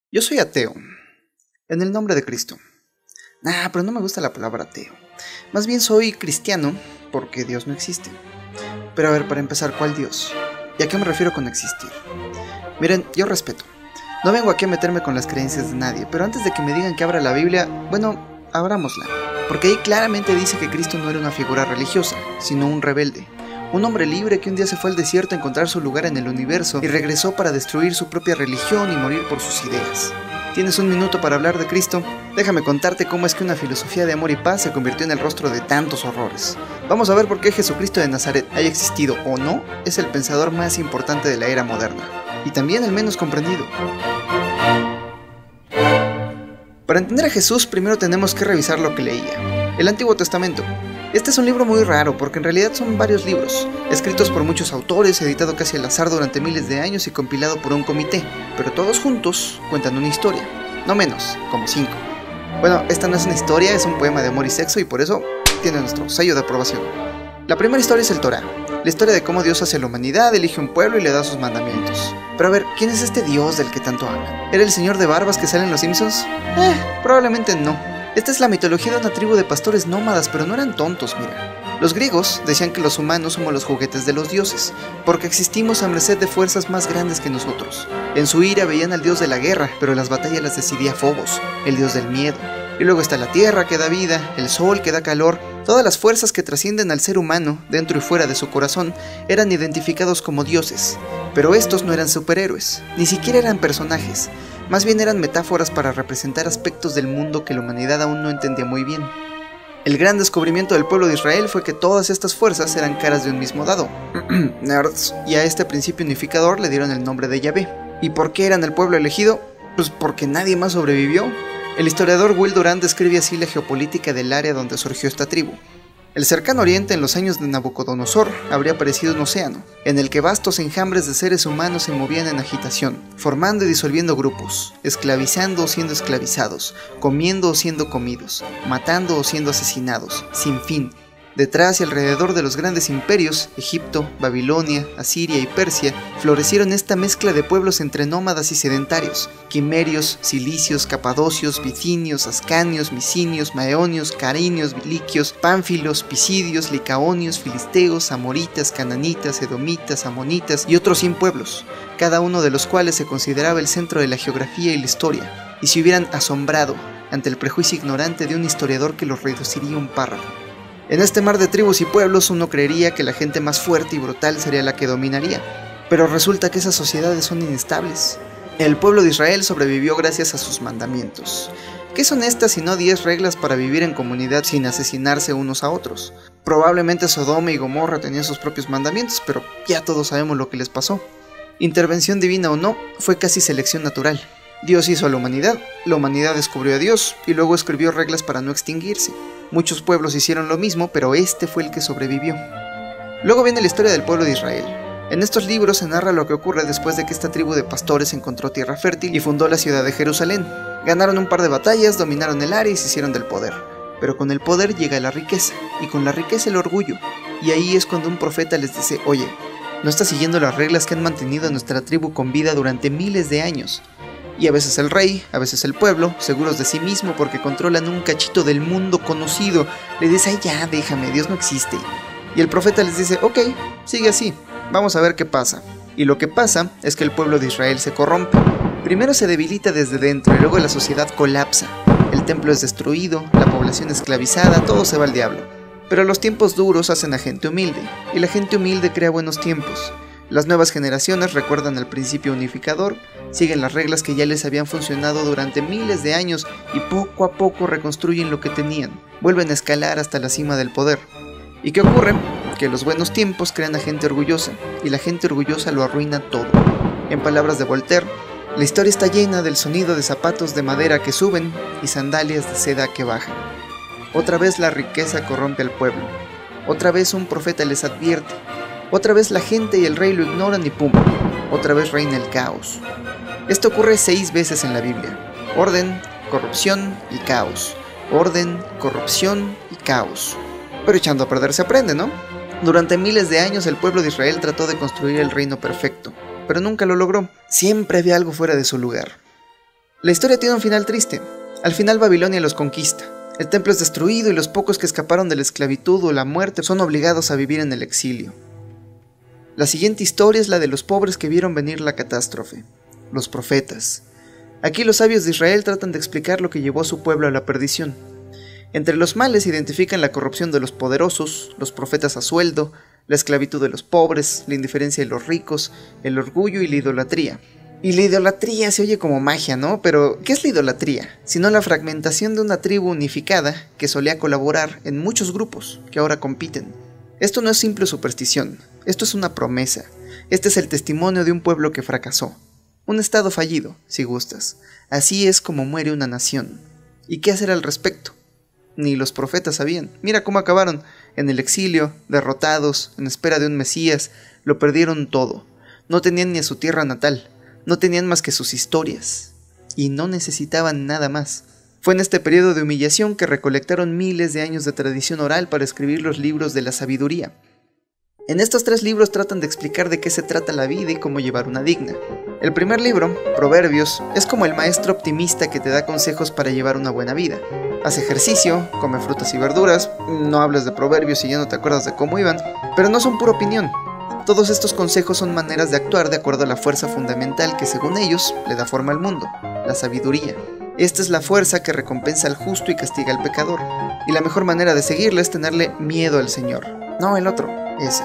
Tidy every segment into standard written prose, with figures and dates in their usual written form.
Yo soy ateo, en el nombre de Cristo. Pero no me gusta la palabra ateo. Más bien soy cristiano porque Dios no existe. Pero a ver, para empezar, ¿cuál Dios? ¿Y a qué me refiero con existir? Miren, yo respeto. No vengo aquí a meterme con las creencias de nadie, pero antes de que me digan que abra la Biblia, bueno, abrámosla. Porque ahí claramente dice que Cristo no era una figura religiosa, sino un rebelde. Un hombre libre que un día se fue al desierto a encontrar su lugar en el universo y regresó para destruir su propia religión y morir por sus ideas. ¿Tienes un minuto para hablar de Cristo? Déjame contarte cómo es que una filosofía de amor y paz se convirtió en el rostro de tantos horrores. Vamos a ver por qué Jesucristo de Nazaret, haya existido o no, es el pensador más importante de la era moderna. Y también el menos comprendido. Para entender a Jesús, primero tenemos que revisar lo que leía. El Antiguo Testamento. Este es un libro muy raro porque en realidad son varios libros, escritos por muchos autores, editado casi al azar durante miles de años y compilado por un comité, pero todos juntos cuentan una historia, no menos, como 5. Bueno, esta no es una historia, es un poema de amor y sexo y por eso tiene nuestro sello de aprobación. La primera historia es el Torá, la historia de cómo Dios hace la humanidad, elige un pueblo y le da sus mandamientos. Pero a ver, ¿quién es este Dios del que tanto hablan? ¿Era el señor de barbas que sale en Los Simpsons? Probablemente no. Esta es la mitología de una tribu de pastores nómadas, pero no eran tontos, mira. Los griegos decían que los humanos somos los juguetes de los dioses, porque existimos a merced de fuerzas más grandes que nosotros. En su ira veían al dios de la guerra, pero las batallas las decidía Fobos, el dios del miedo. Y luego está la tierra que da vida, el sol que da calor. Todas las fuerzas que trascienden al ser humano, dentro y fuera de su corazón, eran identificados como dioses. Pero estos no eran superhéroes, ni siquiera eran personajes. Más bien eran metáforas para representar aspectos del mundo que la humanidad aún no entendía muy bien. El gran descubrimiento del pueblo de Israel fue que todas estas fuerzas eran caras de un mismo dado. Nerds. Y a este principio unificador le dieron el nombre de Yahvé. ¿Y por qué eran el pueblo elegido? Pues porque nadie más sobrevivió. El historiador Will Durant describe así la geopolítica del área donde surgió esta tribu. El cercano oriente en los años de Nabucodonosor habría parecido un océano, en el que vastos enjambres de seres humanos se movían en agitación, formando y disolviendo grupos, esclavizando o siendo esclavizados, comiendo o siendo comidos, matando o siendo asesinados, sin fin. Detrás y alrededor de los grandes imperios, Egipto, Babilonia, Asiria y Persia, florecieron esta mezcla de pueblos entre nómadas y sedentarios, quimerios, cilicios, capadocios, bitinios, ascanios, micinios, maeonios, carinios, liquios, pánfilos, pisidios, licaonios, filisteos, amoritas, cananitas, edomitas, amonitas y otros 100 pueblos, cada uno de los cuales se consideraba el centro de la geografía y la historia, y se hubieran asombrado ante el prejuicio ignorante de un historiador que los reduciría a un párrafo. En este mar de tribus y pueblos uno creería que la gente más fuerte y brutal sería la que dominaría, pero resulta que esas sociedades son inestables. El pueblo de Israel sobrevivió gracias a sus mandamientos. ¿Qué son estas sino 10 reglas para vivir en comunidad sin asesinarse unos a otros? Probablemente Sodoma y Gomorra tenían sus propios mandamientos, pero ya todos sabemos lo que les pasó. Intervención divina o no, fue casi selección natural. Dios hizo a la humanidad descubrió a Dios y luego escribió reglas para no extinguirse. Muchos pueblos hicieron lo mismo, pero este fue el que sobrevivió. Luego viene la historia del pueblo de Israel. En estos libros se narra lo que ocurre después de que esta tribu de pastores encontró tierra fértil y fundó la ciudad de Jerusalén. Ganaron un par de batallas, dominaron el área y se hicieron del poder. Pero con el poder llega la riqueza, y con la riqueza el orgullo. Y ahí es cuando un profeta les dice, oye, no estás siguiendo las reglas que han mantenido a nuestra tribu con vida durante miles de años. Y a veces el rey, a veces el pueblo, seguros de sí mismo porque controlan un cachito del mundo conocido, le dice, ay ya, déjame, Dios no existe. Y el profeta les dice, ok, sigue así, vamos a ver qué pasa. Y lo que pasa es que el pueblo de Israel se corrompe. Primero se debilita desde dentro y luego la sociedad colapsa. El templo es destruido, la población esclavizada, todo se va al diablo. Pero los tiempos duros hacen a gente humilde, y la gente humilde crea buenos tiempos. Las nuevas generaciones recuerdan el principio unificador, siguen las reglas que ya les habían funcionado durante miles de años y poco a poco reconstruyen lo que tenían, vuelven a escalar hasta la cima del poder. ¿Y qué ocurre? Que los buenos tiempos crean a gente orgullosa, y la gente orgullosa lo arruina todo. En palabras de Voltaire, la historia está llena del sonido de zapatos de madera que suben y sandalias de seda que bajan. Otra vez la riqueza corrompe al pueblo, otra vez un profeta les advierte, otra vez la gente y el rey lo ignoran y ¡pum! Otra vez reina el caos. Esto ocurre 6 veces en la Biblia. Orden, corrupción y caos. Orden, corrupción y caos. Pero echando a perder se aprende, ¿no? Durante miles de años el pueblo de Israel trató de construir el reino perfecto, pero nunca lo logró. Siempre había algo fuera de su lugar. La historia tiene un final triste. Al final Babilonia los conquista. El templo es destruido y los pocos que escaparon de la esclavitud o la muerte son obligados a vivir en el exilio. La siguiente historia es la de los pobres que vieron venir la catástrofe, los profetas. Aquí los sabios de Israel tratan de explicar lo que llevó a su pueblo a la perdición. Entre los males identifican la corrupción de los poderosos, los profetas a sueldo, la esclavitud de los pobres, la indiferencia de los ricos, el orgullo y la idolatría. Y la idolatría se oye como magia, ¿no? Pero, ¿qué es la idolatría? Sino la fragmentación de una tribu unificada que solía colaborar en muchos grupos que ahora compiten. Esto no es simple superstición, esto es una promesa. Este es el testimonio de un pueblo que fracasó. Un estado fallido, si gustas. Así es como muere una nación. ¿Y qué hacer al respecto? Ni los profetas sabían. Mira cómo acabaron, en el exilio, derrotados, en espera de un Mesías, lo perdieron todo. No tenían ni a su tierra natal. No tenían más que sus historias, y no necesitaban nada más. Fue en este periodo de humillación que recolectaron miles de años de tradición oral para escribir los libros de la sabiduría. En estos 3 libros tratan de explicar de qué se trata la vida y cómo llevar una digna. El primer libro, Proverbios, es como el maestro optimista que te da consejos para llevar una buena vida. Haz ejercicio, come frutas y verduras, no hables de proverbios si ya no te acuerdas de cómo iban, pero no son pura opinión. Todos estos consejos son maneras de actuar de acuerdo a la fuerza fundamental que según ellos le da forma al mundo, la sabiduría. Esta es la fuerza que recompensa al justo y castiga al pecador, y la mejor manera de seguirle es tenerle miedo al Señor, no el otro, ese.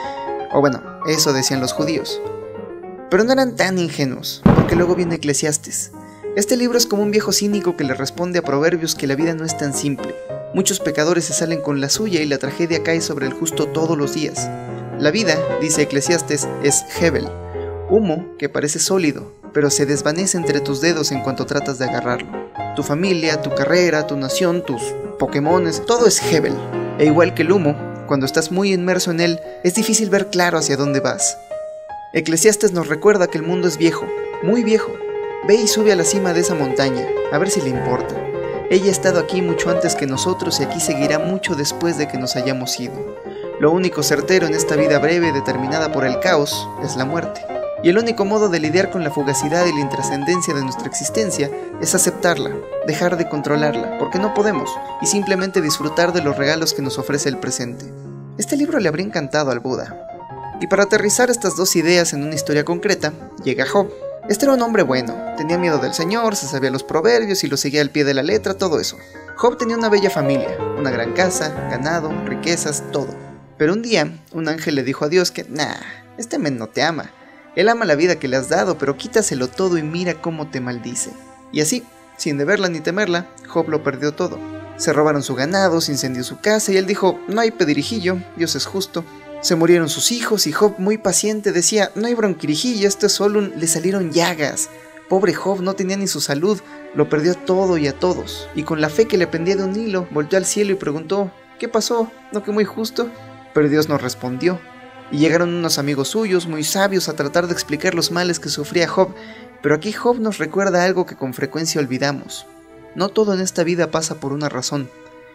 O bueno, eso decían los judíos. Pero no eran tan ingenuos, porque luego viene Eclesiastes. Este libro es como un viejo cínico que le responde a Proverbios que la vida no es tan simple. Muchos pecadores se salen con la suya y la tragedia cae sobre el justo todos los días. La vida, dice Eclesiastes, es Hebel, humo que parece sólido, pero se desvanece entre tus dedos en cuanto tratas de agarrarlo. Tu familia, tu carrera, tu nación, tus Pokémones, todo es Hebel. E igual que el humo, cuando estás muy inmerso en él, es difícil ver claro hacia dónde vas. Eclesiastes nos recuerda que el mundo es viejo, muy viejo. Ve y sube a la cima de esa montaña, a ver si le importa. Ella ha estado aquí mucho antes que nosotros y aquí seguirá mucho después de que nos hayamos ido. Lo único certero en esta vida breve determinada por el caos es la muerte. Y el único modo de lidiar con la fugacidad y la intrascendencia de nuestra existencia es aceptarla, dejar de controlarla, porque no podemos, y simplemente disfrutar de los regalos que nos ofrece el presente. Este libro le habría encantado al Buda. Y para aterrizar estas 2 ideas en una historia concreta, llega Job. Este era un hombre bueno, tenía miedo del Señor, se sabía los proverbios y los seguía al pie de la letra, todo eso. Job tenía una bella familia, una gran casa, ganado, riquezas, todo. Pero un día, un ángel le dijo a Dios que, este men no te ama. Él ama la vida que le has dado, pero quítaselo todo y mira cómo te maldice. Y así, sin deberla ni temerla, Job lo perdió todo. Se robaron su ganado, se incendió su casa y él dijo, no hay pedirijillo, Dios es justo. Se murieron sus hijos y Job, muy paciente, decía, no hay bronquirijillo, esto es solo le salieron llagas. Pobre Job no tenía ni su salud, lo perdió todo y a todos. Y con la fe que le pendía de un hilo, volteó al cielo y preguntó, ¿qué pasó? ¿No que muy justo? Pero Dios no respondió, y llegaron unos amigos suyos muy sabios a tratar de explicar los males que sufría Job, pero aquí Job nos recuerda algo que con frecuencia olvidamos. No todo en esta vida pasa por una razón,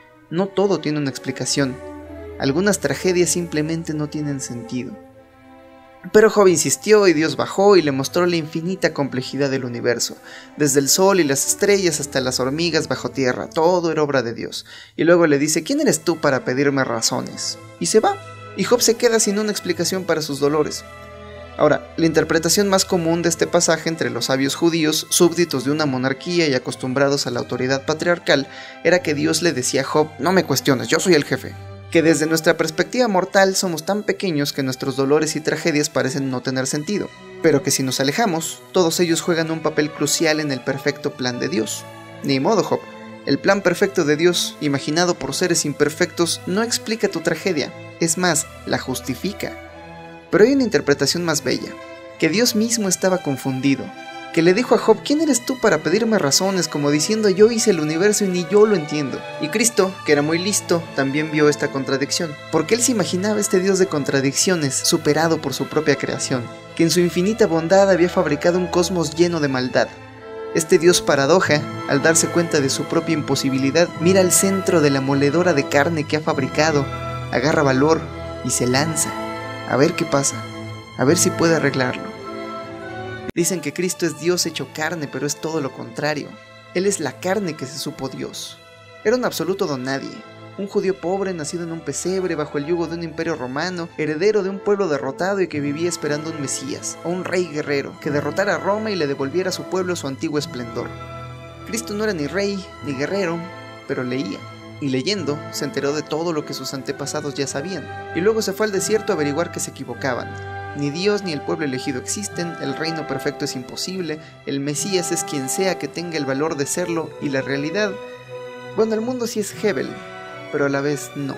no todo tiene una explicación, algunas tragedias simplemente no tienen sentido. Pero Job insistió y Dios bajó y le mostró la infinita complejidad del universo. Desde el sol y las estrellas hasta las hormigas bajo tierra, todo era obra de Dios. Y luego le dice, ¿quién eres tú para pedirme razones? Y se va, y Job se queda sin una explicación para sus dolores. Ahora, la interpretación más común de este pasaje entre los sabios judíos, súbditos de una monarquía y acostumbrados a la autoridad patriarcal, era que Dios le decía a Job, no me cuestiones, yo soy el jefe. Que desde nuestra perspectiva mortal somos tan pequeños que nuestros dolores y tragedias parecen no tener sentido, pero que si nos alejamos, todos ellos juegan un papel crucial en el perfecto plan de Dios. Ni modo, Job, el plan perfecto de Dios, imaginado por seres imperfectos, no explica tu tragedia, es más, la justifica. Pero hay una interpretación más bella, que Dios mismo estaba confundido, que le dijo a Job, ¿quién eres tú para pedirme razones? Como diciendo, yo hice el universo y ni yo lo entiendo. Y Cristo, que era muy listo, también vio esta contradicción, porque él se imaginaba este Dios de contradicciones, superado por su propia creación, que en su infinita bondad había fabricado un cosmos lleno de maldad. Este Dios paradoja, al darse cuenta de su propia imposibilidad, mira al centro de la moledora de carne que ha fabricado, agarra valor y se lanza, a ver qué pasa, a ver si puede arreglarlo. Dicen que Cristo es Dios hecho carne, pero es todo lo contrario. Él es la carne que se supo Dios. Era un absoluto don nadie, un judío pobre nacido en un pesebre bajo el yugo de un imperio romano, heredero de un pueblo derrotado y que vivía esperando un Mesías, o un rey guerrero, que derrotara a Roma y le devolviera a su pueblo su antiguo esplendor. Cristo no era ni rey, ni guerrero, pero leía. Y leyendo, se enteró de todo lo que sus antepasados ya sabían, y luego se fue al desierto a averiguar que se equivocaban. Ni Dios ni el pueblo elegido existen, el reino perfecto es imposible, el Mesías es quien sea que tenga el valor de serlo, y la realidad, bueno, el mundo sí es Hebel, pero a la vez no.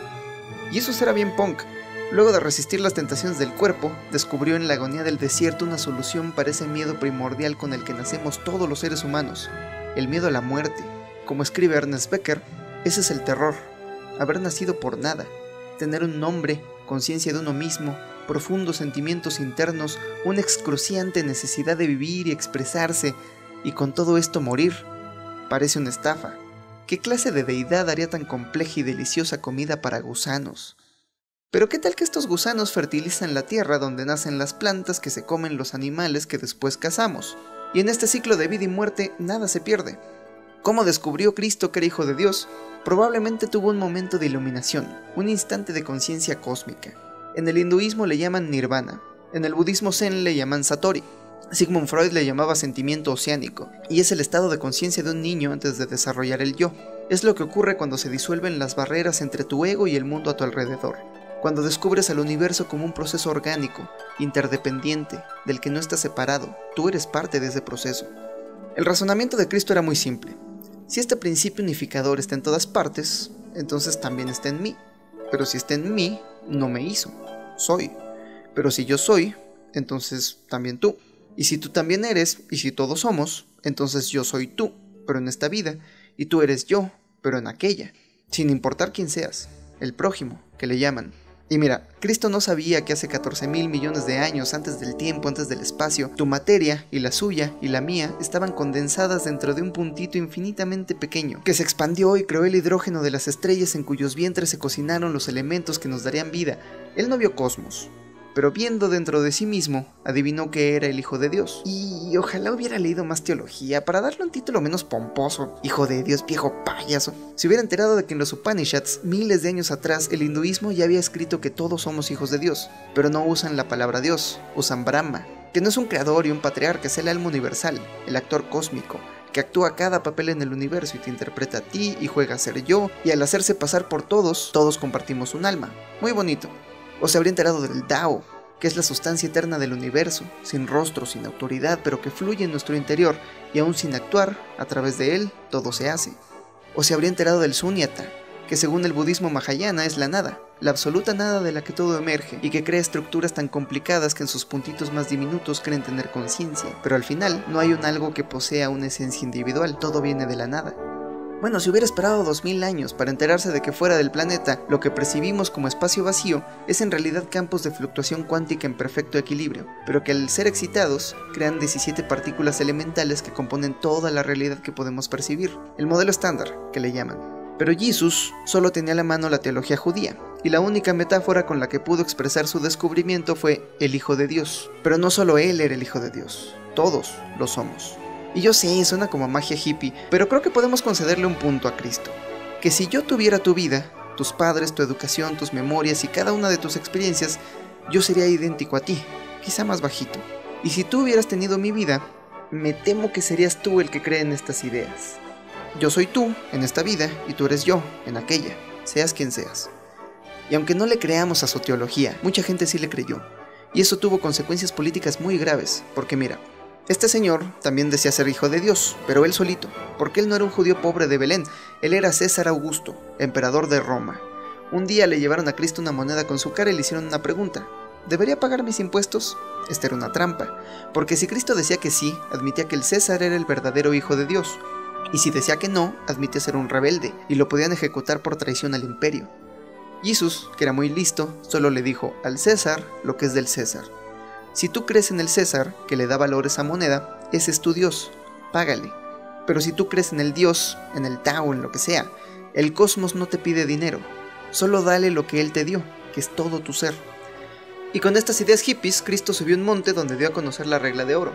Y eso será bien punk. Luego de resistir las tentaciones del cuerpo, descubrió en la agonía del desierto una solución para ese miedo primordial con el que nacemos todos los seres humanos, el miedo a la muerte. Como escribe Ernest Becker, ese es el terror, haber nacido por nada, tener un nombre, conciencia de uno mismo, profundos sentimientos internos, una excruciante necesidad de vivir y expresarse, y con todo esto morir. Parece una estafa. ¿Qué clase de deidad haría tan compleja y deliciosa comida para gusanos? Pero ¿qué tal que estos gusanos fertilizan la tierra donde nacen las plantas que se comen los animales que después cazamos? Y en este ciclo de vida y muerte nada se pierde. ¿Cómo descubrió Cristo que era hijo de Dios? Probablemente tuvo un momento de iluminación, un instante de conciencia cósmica. En el hinduismo le llaman nirvana, en el budismo zen le llaman satori. Sigmund Freud le llamaba sentimiento oceánico, y es el estado de conciencia de un niño antes de desarrollar el yo. Es lo que ocurre cuando se disuelven las barreras entre tu ego y el mundo a tu alrededor, cuando descubres al universo como un proceso orgánico, interdependiente, del que no estás separado, tú eres parte de ese proceso. El razonamiento de Cristo era muy simple. Si este principio unificador está en todas partes, entonces también está en mí. Pero si está en mí, no me hizo, soy. Pero si yo soy, entonces también tú. Y si tú también eres, y si todos somos, entonces yo soy tú, pero en esta vida, y tú eres yo, pero en aquella, sin importar quién seas, el prójimo, que le llaman. Y mira, Cristo no sabía que hace 14.000 millones de años, antes del tiempo, antes del espacio, tu materia, y la suya, y la mía, estaban condensadas dentro de un puntito infinitamente pequeño, que se expandió y creó el hidrógeno de las estrellas en cuyos vientres se cocinaron los elementos que nos darían vida. Él no vio cosmos, pero viendo dentro de sí mismo, adivinó que era el Hijo de Dios. Y ojalá hubiera leído más teología para darle un título menos pomposo. Hijo de Dios, viejo payaso. Se hubiera enterado de que en los Upanishads, miles de años atrás, el hinduismo ya había escrito que todos somos hijos de Dios, pero no usan la palabra Dios, usan Brahma, que no es un creador y un patriarca, es el alma universal, el actor cósmico, que actúa cada papel en el universo y te interpreta a ti y juega a ser yo, y al hacerse pasar por todos, todos compartimos un alma. Muy bonito. O se habría enterado del Tao, que es la sustancia eterna del universo, sin rostro, sin autoridad, pero que fluye en nuestro interior, y aún sin actuar, a través de él, todo se hace. O se habría enterado del Sunyata, que según el budismo mahayana es la nada, la absoluta nada de la que todo emerge, y que crea estructuras tan complicadas que en sus puntitos más diminutos creen tener conciencia, pero al final no hay un algo que posea una esencia individual, todo viene de la nada. Bueno, si hubiera esperado 2000 años para enterarse de que fuera del planeta, lo que percibimos como espacio vacío es en realidad campos de fluctuación cuántica en perfecto equilibrio, pero que al ser excitados, crean 17 partículas elementales que componen toda la realidad que podemos percibir, el modelo estándar, que le llaman. Pero Jesús solo tenía a la mano la teología judía, y la única metáfora con la que pudo expresar su descubrimiento fue el Hijo de Dios. Pero no solo él era el Hijo de Dios, todos lo somos. Y yo sé, suena como magia hippie, pero creo que podemos concederle un punto a Cristo. Que si yo tuviera tu vida, tus padres, tu educación, tus memorias y cada una de tus experiencias, yo sería idéntico a ti, quizá más bajito. Y si tú hubieras tenido mi vida, me temo que serías tú el que cree en estas ideas. Yo soy tú en esta vida y tú eres yo en aquella, seas quien seas. Y aunque no le creamos a su teología, mucha gente sí le creyó. Y eso tuvo consecuencias políticas muy graves, porque mira, este señor también decía ser hijo de Dios, pero él solito, porque él no era un judío pobre de Belén, él era César Augusto, emperador de Roma. Un día le llevaron a Cristo una moneda con su cara y le hicieron una pregunta: ¿debería pagar mis impuestos? Esta era una trampa, porque si Cristo decía que sí, admitía que el César era el verdadero hijo de Dios, y si decía que no, admitía ser un rebelde, y lo podían ejecutar por traición al imperio. Jesús, que era muy listo, solo le dijo al César lo que es del César. Si tú crees en el César, que le da valor a esa moneda, ese es tu Dios, págale. Pero si tú crees en el Dios, en el Tao, en lo que sea, el cosmos no te pide dinero, solo dale lo que él te dio, que es todo tu ser. Y con estas ideas hippies, Cristo subió un monte donde dio a conocer la regla de oro.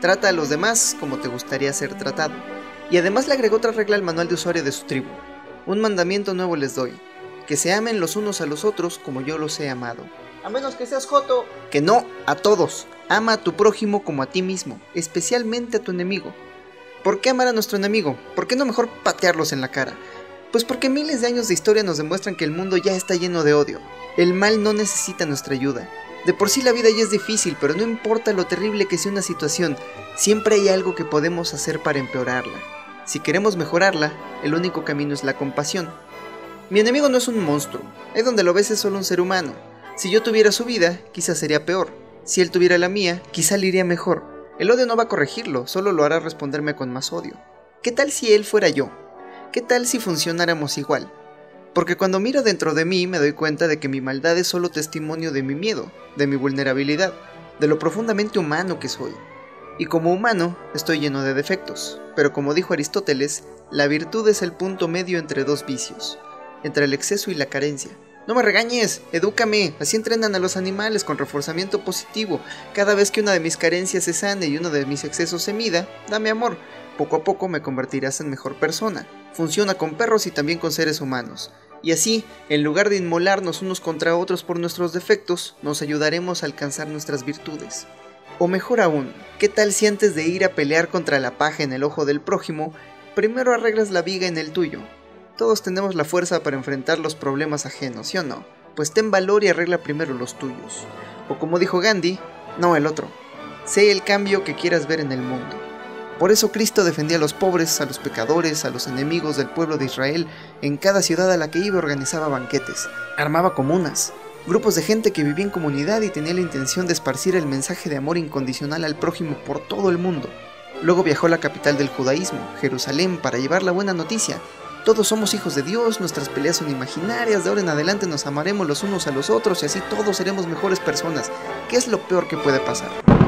Trata a los demás como te gustaría ser tratado. Y además le agregó otra regla al manual de usuario de su tribu. Un mandamiento nuevo les doy: que se amen los unos a los otros como yo los he amado. A menos que seas joto. Que no, a todos. Ama a tu prójimo como a ti mismo, especialmente a tu enemigo. ¿Por qué amar a nuestro enemigo? ¿Por qué no mejor patearlos en la cara? Pues porque miles de años de historia nos demuestran que el mundo ya está lleno de odio. El mal no necesita nuestra ayuda. De por sí la vida ya es difícil, pero no importa lo terrible que sea una situación, siempre hay algo que podemos hacer para empeorarla. Si queremos mejorarla, el único camino es la compasión. Mi enemigo no es un monstruo, ahí donde lo ves es solo un ser humano. Si yo tuviera su vida, quizás sería peor. Si él tuviera la mía, quizá le iría mejor. El odio no va a corregirlo, solo lo hará responderme con más odio. ¿Qué tal si él fuera yo? ¿Qué tal si funcionáramos igual? Porque cuando miro dentro de mí me doy cuenta de que mi maldad es solo testimonio de mi miedo, de mi vulnerabilidad, de lo profundamente humano que soy. Y como humano estoy lleno de defectos, pero como dijo Aristóteles, la virtud es el punto medio entre dos vicios, entre el exceso y la carencia. No me regañes, edúcame, así entrenan a los animales con reforzamiento positivo. Cada vez que una de mis carencias se sane y uno de mis excesos se mida, dame amor. Poco a poco me convertirás en mejor persona. Funciona con perros y también con seres humanos. Y así, en lugar de inmolarnos unos contra otros por nuestros defectos, nos ayudaremos a alcanzar nuestras virtudes. O mejor aún, ¿qué tal si antes de ir a pelear contra la paja en el ojo del prójimo, primero arreglas la viga en el tuyo? Todos tenemos la fuerza para enfrentar los problemas ajenos, ¿sí o no? Pues ten valor y arregla primero los tuyos. O como dijo Gandhi, no el otro. Sé el cambio que quieras ver en el mundo. Por eso Cristo defendía a los pobres, a los pecadores, a los enemigos del pueblo de Israel. En cada ciudad a la que iba organizaba banquetes, armaba comunas, grupos de gente que vivía en comunidad y tenía la intención de esparcir el mensaje de amor incondicional al prójimo por todo el mundo. Luego viajó a la capital del judaísmo, Jerusalén, para llevar la buena noticia. Todos somos hijos de Dios, nuestras peleas son imaginarias, de ahora en adelante nos amaremos los unos a los otros y así todos seremos mejores personas. ¿Qué es lo peor que puede pasar?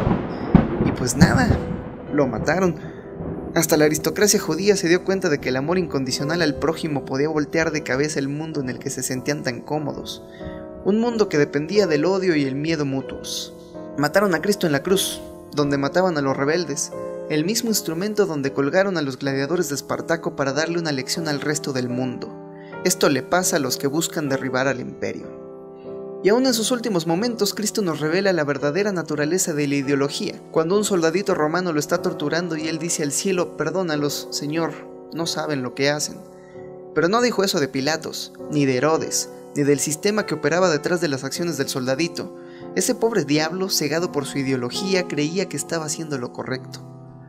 Y pues nada, lo mataron. Hasta la aristocracia judía se dio cuenta de que el amor incondicional al prójimo podía voltear de cabeza el mundo en el que se sentían tan cómodos. Un mundo que dependía del odio y el miedo mutuos. Mataron a Cristo en la cruz, donde mataban a los rebeldes, el mismo instrumento donde colgaron a los gladiadores de Espartaco para darle una lección al resto del mundo. Esto le pasa a los que buscan derribar al imperio. Y aún en sus últimos momentos, Cristo nos revela la verdadera naturaleza de la ideología. Cuando un soldadito romano lo está torturando y él dice al cielo: perdónalos, Señor, no saben lo que hacen. Pero no dijo eso de Pilatos, ni de Herodes, ni del sistema que operaba detrás de las acciones del soldadito. Ese pobre diablo, cegado por su ideología, creía que estaba haciendo lo correcto.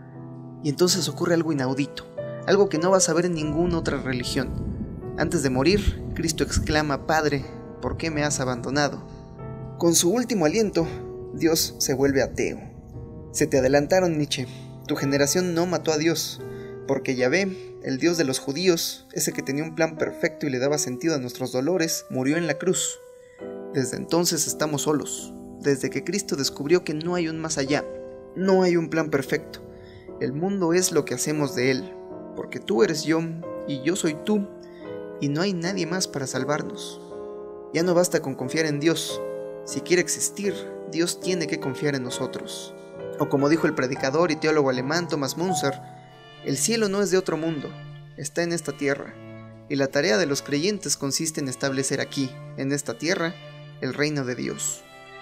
Y entonces ocurre algo inaudito, algo que no vas a ver en ninguna otra religión. Antes de morir, Cristo exclama: Padre, ¿por qué me has abandonado? Con su último aliento, Dios se vuelve ateo. Se te adelantaron, Nietzsche. Tu generación no mató a Dios, porque Yahvé, el Dios de los judíos, ese que tenía un plan perfecto y le daba sentido a nuestros dolores, murió en la cruz. Desde entonces estamos solos, desde que Cristo descubrió que no hay un más allá, no hay un plan perfecto. El mundo es lo que hacemos de él, porque tú eres yo y yo soy tú, y no hay nadie más para salvarnos. Ya no basta con confiar en Dios. Si quiere existir, Dios tiene que confiar en nosotros. O como dijo el predicador y teólogo alemán Thomas Müntzer, el cielo no es de otro mundo, está en esta tierra, y la tarea de los creyentes consiste en establecer aquí, en esta tierra, el reino de Dios.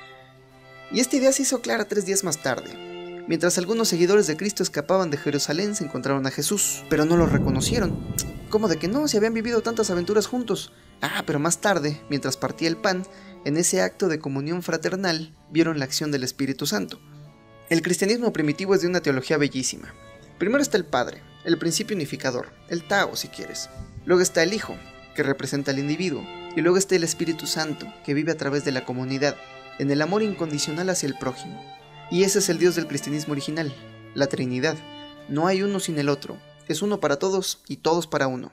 Y esta idea se hizo clara 3 días más tarde. Mientras algunos seguidores de Cristo escapaban de Jerusalén, se encontraron a Jesús, pero no lo reconocieron. ¿Cómo de que no? Si habían vivido tantas aventuras juntos. Pero más tarde, mientras partía el pan, en ese acto de comunión fraternal, vieron la acción del Espíritu Santo. El cristianismo primitivo es de una teología bellísima. Primero está el Padre, el principio unificador, el Tao si quieres. Luego está el Hijo, que representa al individuo. Y luego está el Espíritu Santo, que vive a través de la comunidad, en el amor incondicional hacia el prójimo. Y ese es el Dios del cristianismo original, la Trinidad. No hay uno sin el otro, es uno para todos y todos para uno.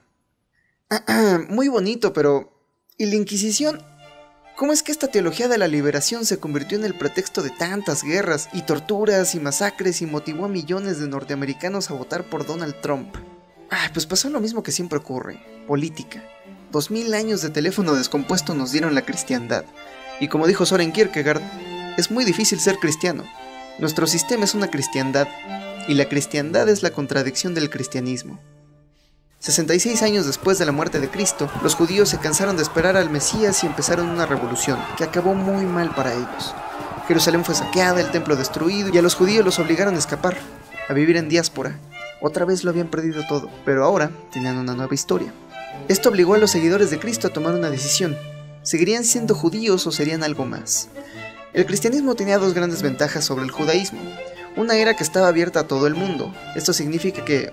Muy bonito, pero... ¿y la Inquisición? ¿Cómo es que esta teología de la liberación se convirtió en el pretexto de tantas guerras y torturas y masacres y motivó a millones de norteamericanos a votar por Donald Trump? Pues pasó lo mismo que siempre ocurre, política. 2000 años de teléfono descompuesto nos dieron la cristiandad. Y como dijo Soren Kierkegaard, es muy difícil ser cristiano. Nuestro sistema es una cristiandad y la cristiandad es la contradicción del cristianismo. 66 años después de la muerte de Cristo, los judíos se cansaron de esperar al Mesías y empezaron una revolución, que acabó muy mal para ellos. Jerusalén fue saqueada, el templo destruido, y a los judíos los obligaron a escapar, a vivir en diáspora. Otra vez lo habían perdido todo, pero ahora tenían una nueva historia. Esto obligó a los seguidores de Cristo a tomar una decisión. ¿Seguirían siendo judíos o serían algo más? El cristianismo tenía dos grandes ventajas sobre el judaísmo. Una era que estaba abierta a todo el mundo. Esto significa que...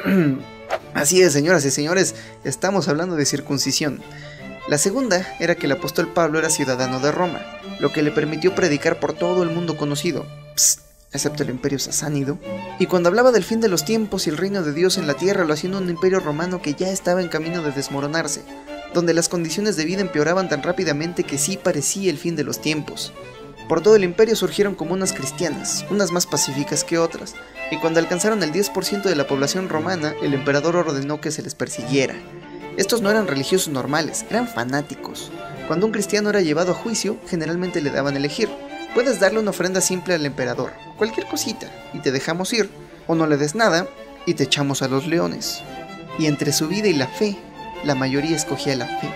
Así es, señoras y señores, estamos hablando de circuncisión. La segunda era que el apóstol Pablo era ciudadano de Roma, lo que le permitió predicar por todo el mundo conocido, excepto el imperio sasánida. Y cuando hablaba del fin de los tiempos y el reino de Dios en la tierra, lo hacía en un imperio romano que ya estaba en camino de desmoronarse, donde las condiciones de vida empeoraban tan rápidamente que sí parecía el fin de los tiempos. Por todo el imperio surgieron comunas cristianas, unas más pacíficas que otras, y cuando alcanzaron el 10% de la población romana, el emperador ordenó que se les persiguiera. Estos no eran religiosos normales, eran fanáticos. Cuando un cristiano era llevado a juicio, generalmente le daban a elegir. Puedes darle una ofrenda simple al emperador, cualquier cosita, y te dejamos ir, o no le des nada, y te echamos a los leones. Y entre su vida y la fe, la mayoría escogía la fe.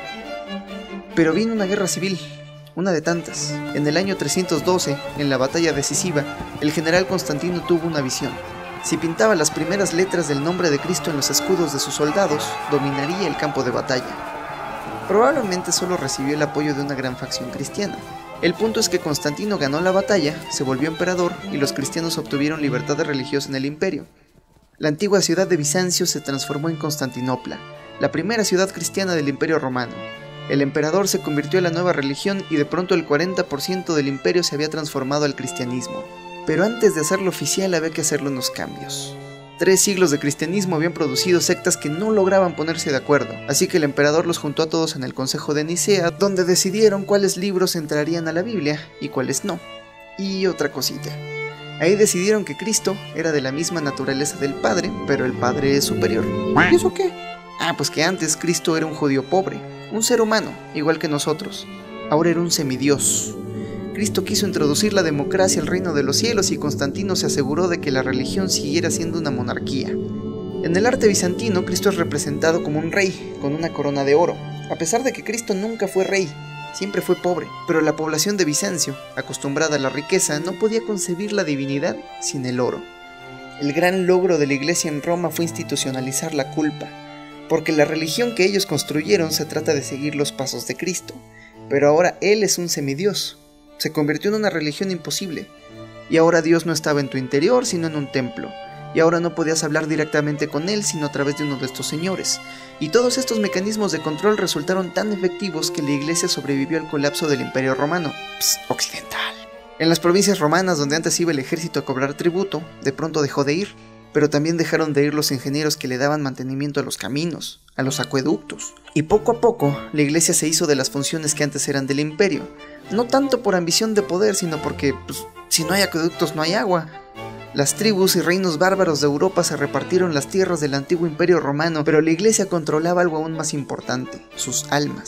Pero vino una guerra civil, una de tantas. En el año 312, en la batalla decisiva, el general Constantino tuvo una visión. Si pintaba las primeras letras del nombre de Cristo en los escudos de sus soldados, dominaría el campo de batalla. Probablemente solo recibió el apoyo de una gran facción cristiana. El punto es que Constantino ganó la batalla, se volvió emperador y los cristianos obtuvieron libertad religiosa en el imperio. La antigua ciudad de Bizancio se transformó en Constantinopla, la primera ciudad cristiana del imperio romano. El emperador se convirtió en la nueva religión y de pronto el 40% del imperio se había transformado al cristianismo. Pero antes de hacerlo oficial había que hacerle unos cambios. 3 siglos de cristianismo habían producido sectas que no lograban ponerse de acuerdo, así que el emperador los juntó a todos en el Consejo de Nicea, donde decidieron cuáles libros entrarían a la Biblia y cuáles no. Y otra cosita. Ahí decidieron que Cristo era de la misma naturaleza del Padre, pero el Padre es superior. ¿Y eso qué? Pues que antes Cristo era un judío pobre, un ser humano, igual que nosotros. Ahora era un semidios. Cristo quiso introducir la democracia al reino de los cielos y Constantino se aseguró de que la religión siguiera siendo una monarquía. En el arte bizantino, Cristo es representado como un rey, con una corona de oro, a pesar de que Cristo nunca fue rey, siempre fue pobre. Pero la población de Bizancio, acostumbrada a la riqueza, no podía concebir la divinidad sin el oro. El gran logro de la iglesia en Roma fue institucionalizar la culpa, porque la religión que ellos construyeron se trata de seguir los pasos de Cristo, pero ahora Él es un semidios. Se convirtió en una religión imposible, y ahora Dios no estaba en tu interior sino en un templo, y ahora no podías hablar directamente con Él sino a través de uno de estos señores, y todos estos mecanismos de control resultaron tan efectivos que la iglesia sobrevivió al colapso del imperio romano, occidental. En las provincias romanas donde antes iba el ejército a cobrar tributo, de pronto dejó de ir, pero también dejaron de ir los ingenieros que le daban mantenimiento a los caminos, a los acueductos, y poco a poco la iglesia se hizo de las funciones que antes eran del imperio, no tanto por ambición de poder, sino porque, si no hay acueductos no hay agua. Las tribus y reinos bárbaros de Europa se repartieron las tierras del antiguo imperio romano, pero la iglesia controlaba algo aún más importante, sus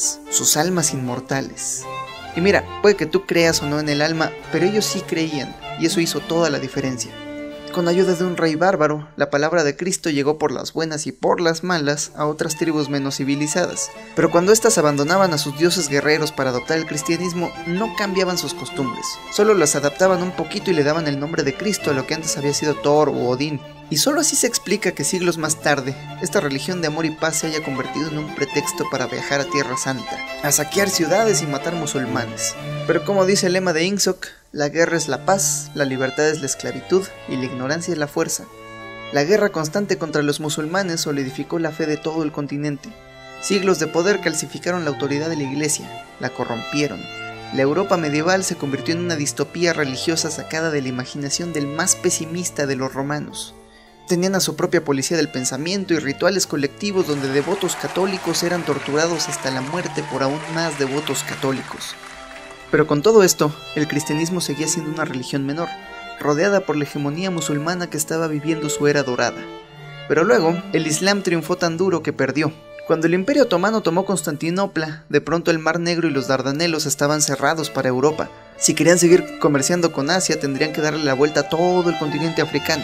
almas inmortales. Y mira, puede que tú creas o no en el alma, pero ellos sí creían, y eso hizo toda la diferencia. Con ayuda de un rey bárbaro, la palabra de Cristo llegó por las buenas y por las malas a otras tribus menos civilizadas. Pero cuando éstas abandonaban a sus dioses guerreros para adoptar el cristianismo, no cambiaban sus costumbres. Solo las adaptaban un poquito y le daban el nombre de Cristo a lo que antes había sido Thor o Odín. Y solo así se explica que siglos más tarde, esta religión de amor y paz se haya convertido en un pretexto para viajar a Tierra Santa, a saquear ciudades y matar musulmanes. Pero como dice el lema de Ingsoc, la guerra es la paz, la libertad es la esclavitud y la ignorancia es la fuerza. La guerra constante contra los musulmanes solidificó la fe de todo el continente. Siglos de poder calcificaron la autoridad de la iglesia, la corrompieron. La Europa medieval se convirtió en una distopía religiosa sacada de la imaginación del más pesimista de los romanos. Tenían a su propia policía del pensamiento y rituales colectivos donde devotos católicos eran torturados hasta la muerte por aún más devotos católicos. Pero con todo esto, el cristianismo seguía siendo una religión menor, rodeada por la hegemonía musulmana que estaba viviendo su era dorada. Pero luego, el Islam triunfó tan duro que perdió. Cuando el Imperio Otomano tomó Constantinopla, de pronto el Mar Negro y los Dardanelos estaban cerrados para Europa. Si querían seguir comerciando con Asia, tendrían que darle la vuelta a todo el continente africano.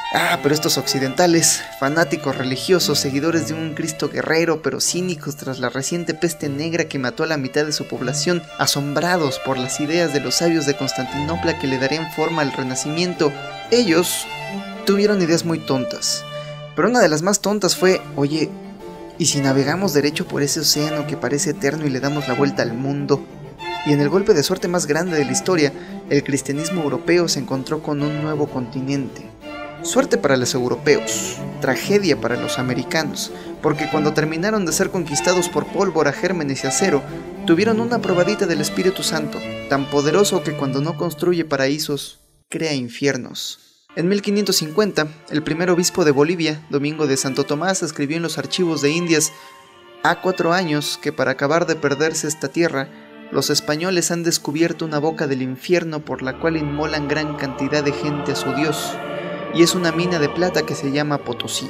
Pero estos occidentales, fanáticos religiosos, seguidores de un Cristo guerrero, pero cínicos tras la reciente peste negra que mató a la mitad de su población, asombrados por las ideas de los sabios de Constantinopla que le darían forma al Renacimiento, ellos tuvieron ideas muy tontas. Pero una de las más tontas fue, oye, ¿y si navegamos derecho por ese océano que parece eterno y le damos la vuelta al mundo? Y en el golpe de suerte más grande de la historia, el cristianismo europeo se encontró con un nuevo continente. Suerte para los europeos, tragedia para los americanos, porque cuando terminaron de ser conquistados por pólvora, gérmenes y acero, tuvieron una probadita del Espíritu Santo, tan poderoso que cuando no construye paraísos, crea infiernos. En 1550, el primer obispo de Bolivia, Domingo de Santo Tomás, escribió en los archivos de Indias: "Ha 4 años que para acabar de perderse esta tierra, los españoles han descubierto una boca del infierno por la cual inmolan gran cantidad de gente a su Dios, y es una mina de plata que se llama Potosí".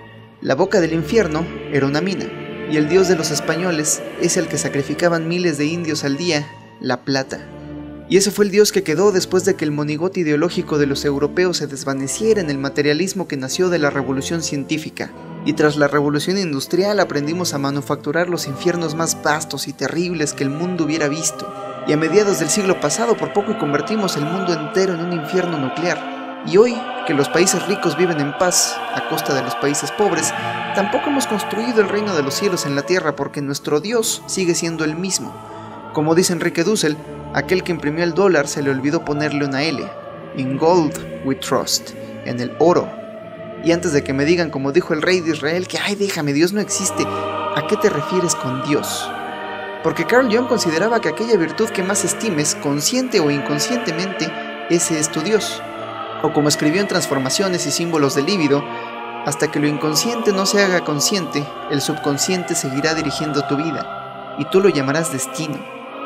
La boca del infierno era una mina, y el dios de los españoles es el que sacrificaban miles de indios al día, la plata. Y ese fue el dios que quedó después de que el monigote ideológico de los europeos se desvaneciera en el materialismo que nació de la revolución científica. Y tras la revolución industrial aprendimos a manufacturar los infiernos más vastos y terribles que el mundo hubiera visto. Y a mediados del siglo pasado por poco convertimos el mundo entero en un infierno nuclear. Y hoy, que los países ricos viven en paz a costa de los países pobres, tampoco hemos construido el reino de los cielos en la tierra porque nuestro Dios sigue siendo el mismo. Como dice Enrique Dussel, aquel que imprimió el dólar se le olvidó ponerle una L. In gold we trust, en el oro. Y antes de que me digan, como dijo el rey de Israel, que déjame, Dios no existe, ¿a qué te refieres con Dios? Porque Carl Jung consideraba que aquella virtud que más estimes, consciente o inconscientemente, ese es tu Dios. O como escribió en Transformaciones y Símbolos del Líbido: hasta que lo inconsciente no se haga consciente, el subconsciente seguirá dirigiendo tu vida, y tú lo llamarás destino.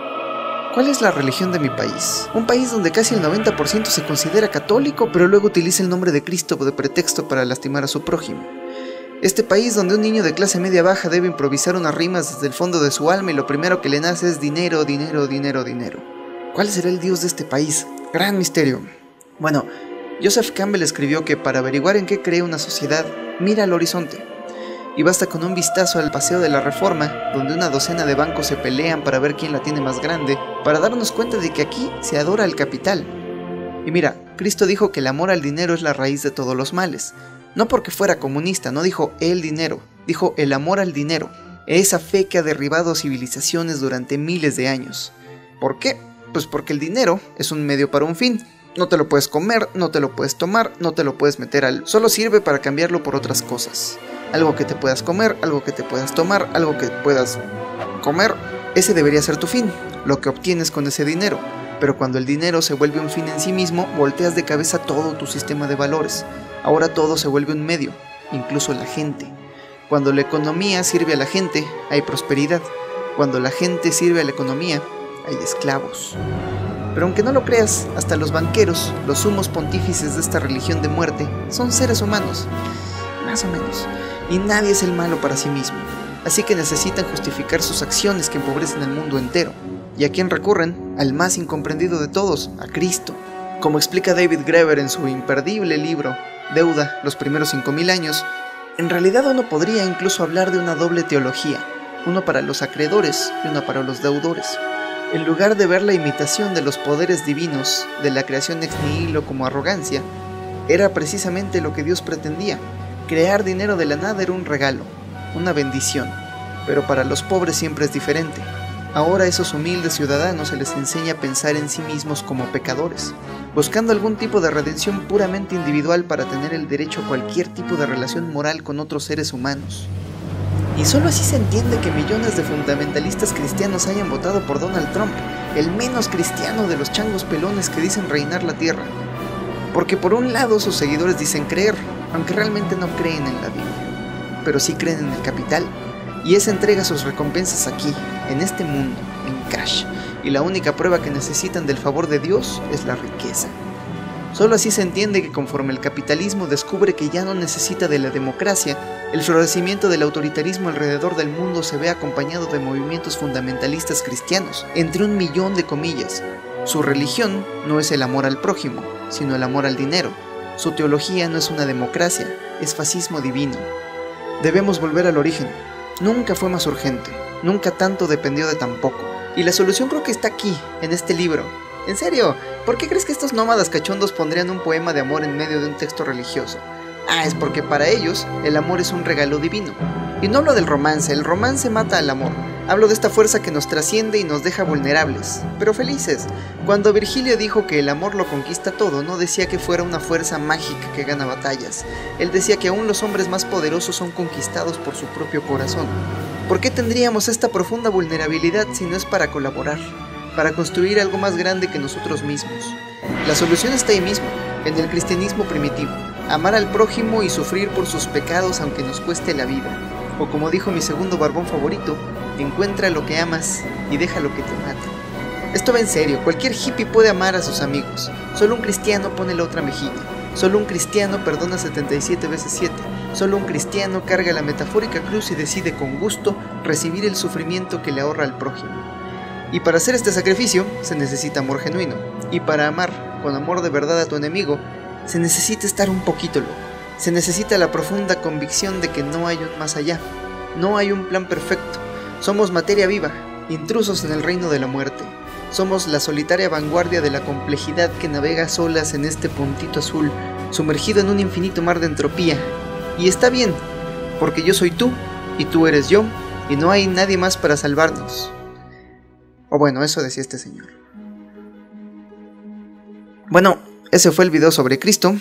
¿Cuál es la religión de mi país? Un país donde casi el 90% se considera católico, pero luego utiliza el nombre de Cristo de pretexto para lastimar a su prójimo. Este país donde un niño de clase media baja debe improvisar unas rimas desde el fondo de su alma y lo primero que le nace es dinero, dinero, dinero, dinero. ¿Cuál será el Dios de este país? Gran misterio. Bueno, Joseph Campbell escribió que para averiguar en qué cree una sociedad, mira al horizonte. Y basta con un vistazo al Paseo de la Reforma, donde una docena de bancos se pelean para ver quién la tiene más grande, para darnos cuenta de que aquí se adora el capital. Y mira, Cristo dijo que el amor al dinero es la raíz de todos los males. No porque fuera comunista, no dijo el dinero, dijo el amor al dinero. Esa fe que ha derribado civilizaciones durante miles de años. ¿Por qué? Pues porque el dinero es un medio para un fin. No te lo puedes comer, no te lo puedes tomar, no te lo puedes meter al... Solo sirve para cambiarlo por otras cosas. Algo que te puedas comer, algo que te puedas tomar, algo que puedas comer. Ese debería ser tu fin, lo que obtienes con ese dinero. Pero cuando el dinero se vuelve un fin en sí mismo, volteas de cabeza todo tu sistema de valores. Ahora todo se vuelve un medio, incluso la gente. Cuando la economía sirve a la gente, hay prosperidad. Cuando la gente sirve a la economía, hay esclavos. Pero aunque no lo creas, hasta los banqueros, los sumos pontífices de esta religión de muerte, son seres humanos. Más o menos. Y nadie es el malo para sí mismo. Así que necesitan justificar sus acciones que empobrecen el mundo entero. ¿Y a quién recurren? Al más incomprendido de todos, a Cristo. Como explica David Graeber en su imperdible libro Deuda, los primeros 5000 años, en realidad uno podría incluso hablar de una doble teología, uno para los acreedores y uno para los deudores. En lugar de ver la imitación de los poderes divinos de la creación ex nihilo como arrogancia, era precisamente lo que Dios pretendía. Crear dinero de la nada era un regalo, una bendición, pero para los pobres siempre es diferente. Ahora a esos humildes ciudadanos se les enseña a pensar en sí mismos como pecadores, buscando algún tipo de redención puramente individual para tener el derecho a cualquier tipo de relación moral con otros seres humanos. Y solo así se entiende que millones de fundamentalistas cristianos hayan votado por Donald Trump, el menos cristiano de los changos pelones que dicen reinar la tierra. Porque por un lado sus seguidores dicen creer, aunque realmente no creen en la Biblia, pero sí creen en el capital, y esa entrega sus recompensas aquí, en este mundo, en cash, y la única prueba que necesitan del favor de Dios es la riqueza. Solo así se entiende que conforme el capitalismo descubre que ya no necesita de la democracia, el florecimiento del autoritarismo alrededor del mundo se ve acompañado de movimientos fundamentalistas cristianos, entre 1 millón de comillas. Su religión no es el amor al prójimo, sino el amor al dinero. Su teología no es una democracia, es fascismo divino. Debemos volver al origen. Nunca fue más urgente, nunca tanto dependió de tan poco. Y la solución creo que está aquí, en este libro. En serio, ¿por qué crees que estos nómadas cachondos pondrían un poema de amor en medio de un texto religioso? Es porque para ellos el amor es un regalo divino. Y no hablo del romance, el romance mata al amor. Hablo de esta fuerza que nos trasciende y nos deja vulnerables, pero felices. Cuando Virgilio dijo que el amor lo conquista todo, no decía que fuera una fuerza mágica que gana batallas. Él decía que aún los hombres más poderosos son conquistados por su propio corazón. ¿Por qué tendríamos esta profunda vulnerabilidad si no es para colaborar? Para construir algo más grande que nosotros mismos. La solución está ahí mismo, en el cristianismo primitivo. Amar al prójimo y sufrir por sus pecados aunque nos cueste la vida. O como dijo mi segundo barbón favorito, encuentra lo que amas y deja lo que te mate. Esto va en serio, cualquier hippie puede amar a sus amigos. Solo un cristiano pone la otra mejilla. Solo un cristiano perdona 77 veces 7. Solo un cristiano carga la metafórica cruz y decide con gusto recibir el sufrimiento que le ahorra al prójimo. Y para hacer este sacrificio se necesita amor genuino. Y para amar con amor de verdad a tu enemigo, se necesita estar un poquito loco. Se necesita la profunda convicción de que no hay un más allá. No hay un plan perfecto. Somos materia viva, intrusos en el reino de la muerte. Somos la solitaria vanguardia de la complejidad que navega solas en este puntito azul, sumergido en un infinito mar de entropía. Y está bien, porque yo soy tú, y tú eres yo, y no hay nadie más para salvarnos. O bueno, eso decía este señor. Bueno, ese fue el video sobre Cristo.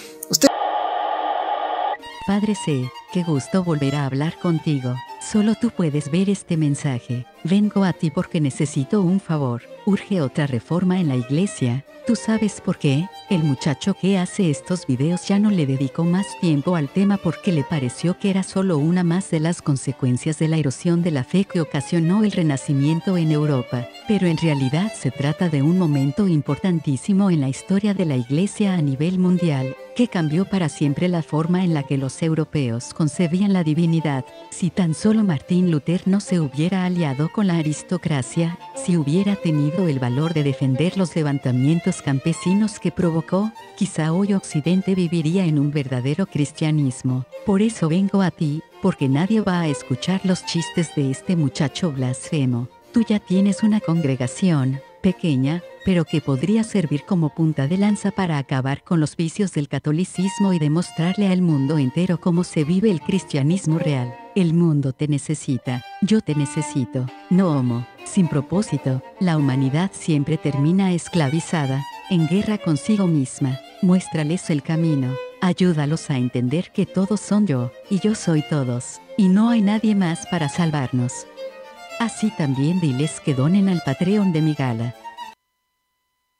Padre C, qué gusto volver a hablar contigo. Solo tú puedes ver este mensaje. Vengo a ti porque necesito un favor. Urge otra reforma en la iglesia. ¿Tú sabes por qué? El muchacho que hace estos videos ya no le dedicó más tiempo al tema porque le pareció que era solo una más de las consecuencias de la erosión de la fe que ocasionó el Renacimiento en Europa. Pero en realidad se trata de un momento importantísimo en la historia de la iglesia a nivel mundial, que cambió para siempre la forma en la que los europeos concebían la divinidad. Si tan solo Martín Lutero no se hubiera aliado con la aristocracia, si hubiera tenido el valor de defender los levantamientos campesinos que provocó, quizá hoy Occidente viviría en un verdadero cristianismo. Por eso vengo a ti, porque nadie va a escuchar los chistes de este muchacho blasfemo. Tú ya tienes una congregación, pequeña, pero que podría servir como punta de lanza para acabar con los vicios del catolicismo y demostrarle al mundo entero cómo se vive el cristianismo real. El mundo te necesita, yo te necesito. No homo, sin propósito, la humanidad siempre termina esclavizada, en guerra consigo misma. Muéstrales el camino, ayúdalos a entender que todos son yo, y yo soy todos, y no hay nadie más para salvarnos. Así también diles que donen al Patreon de mi gala.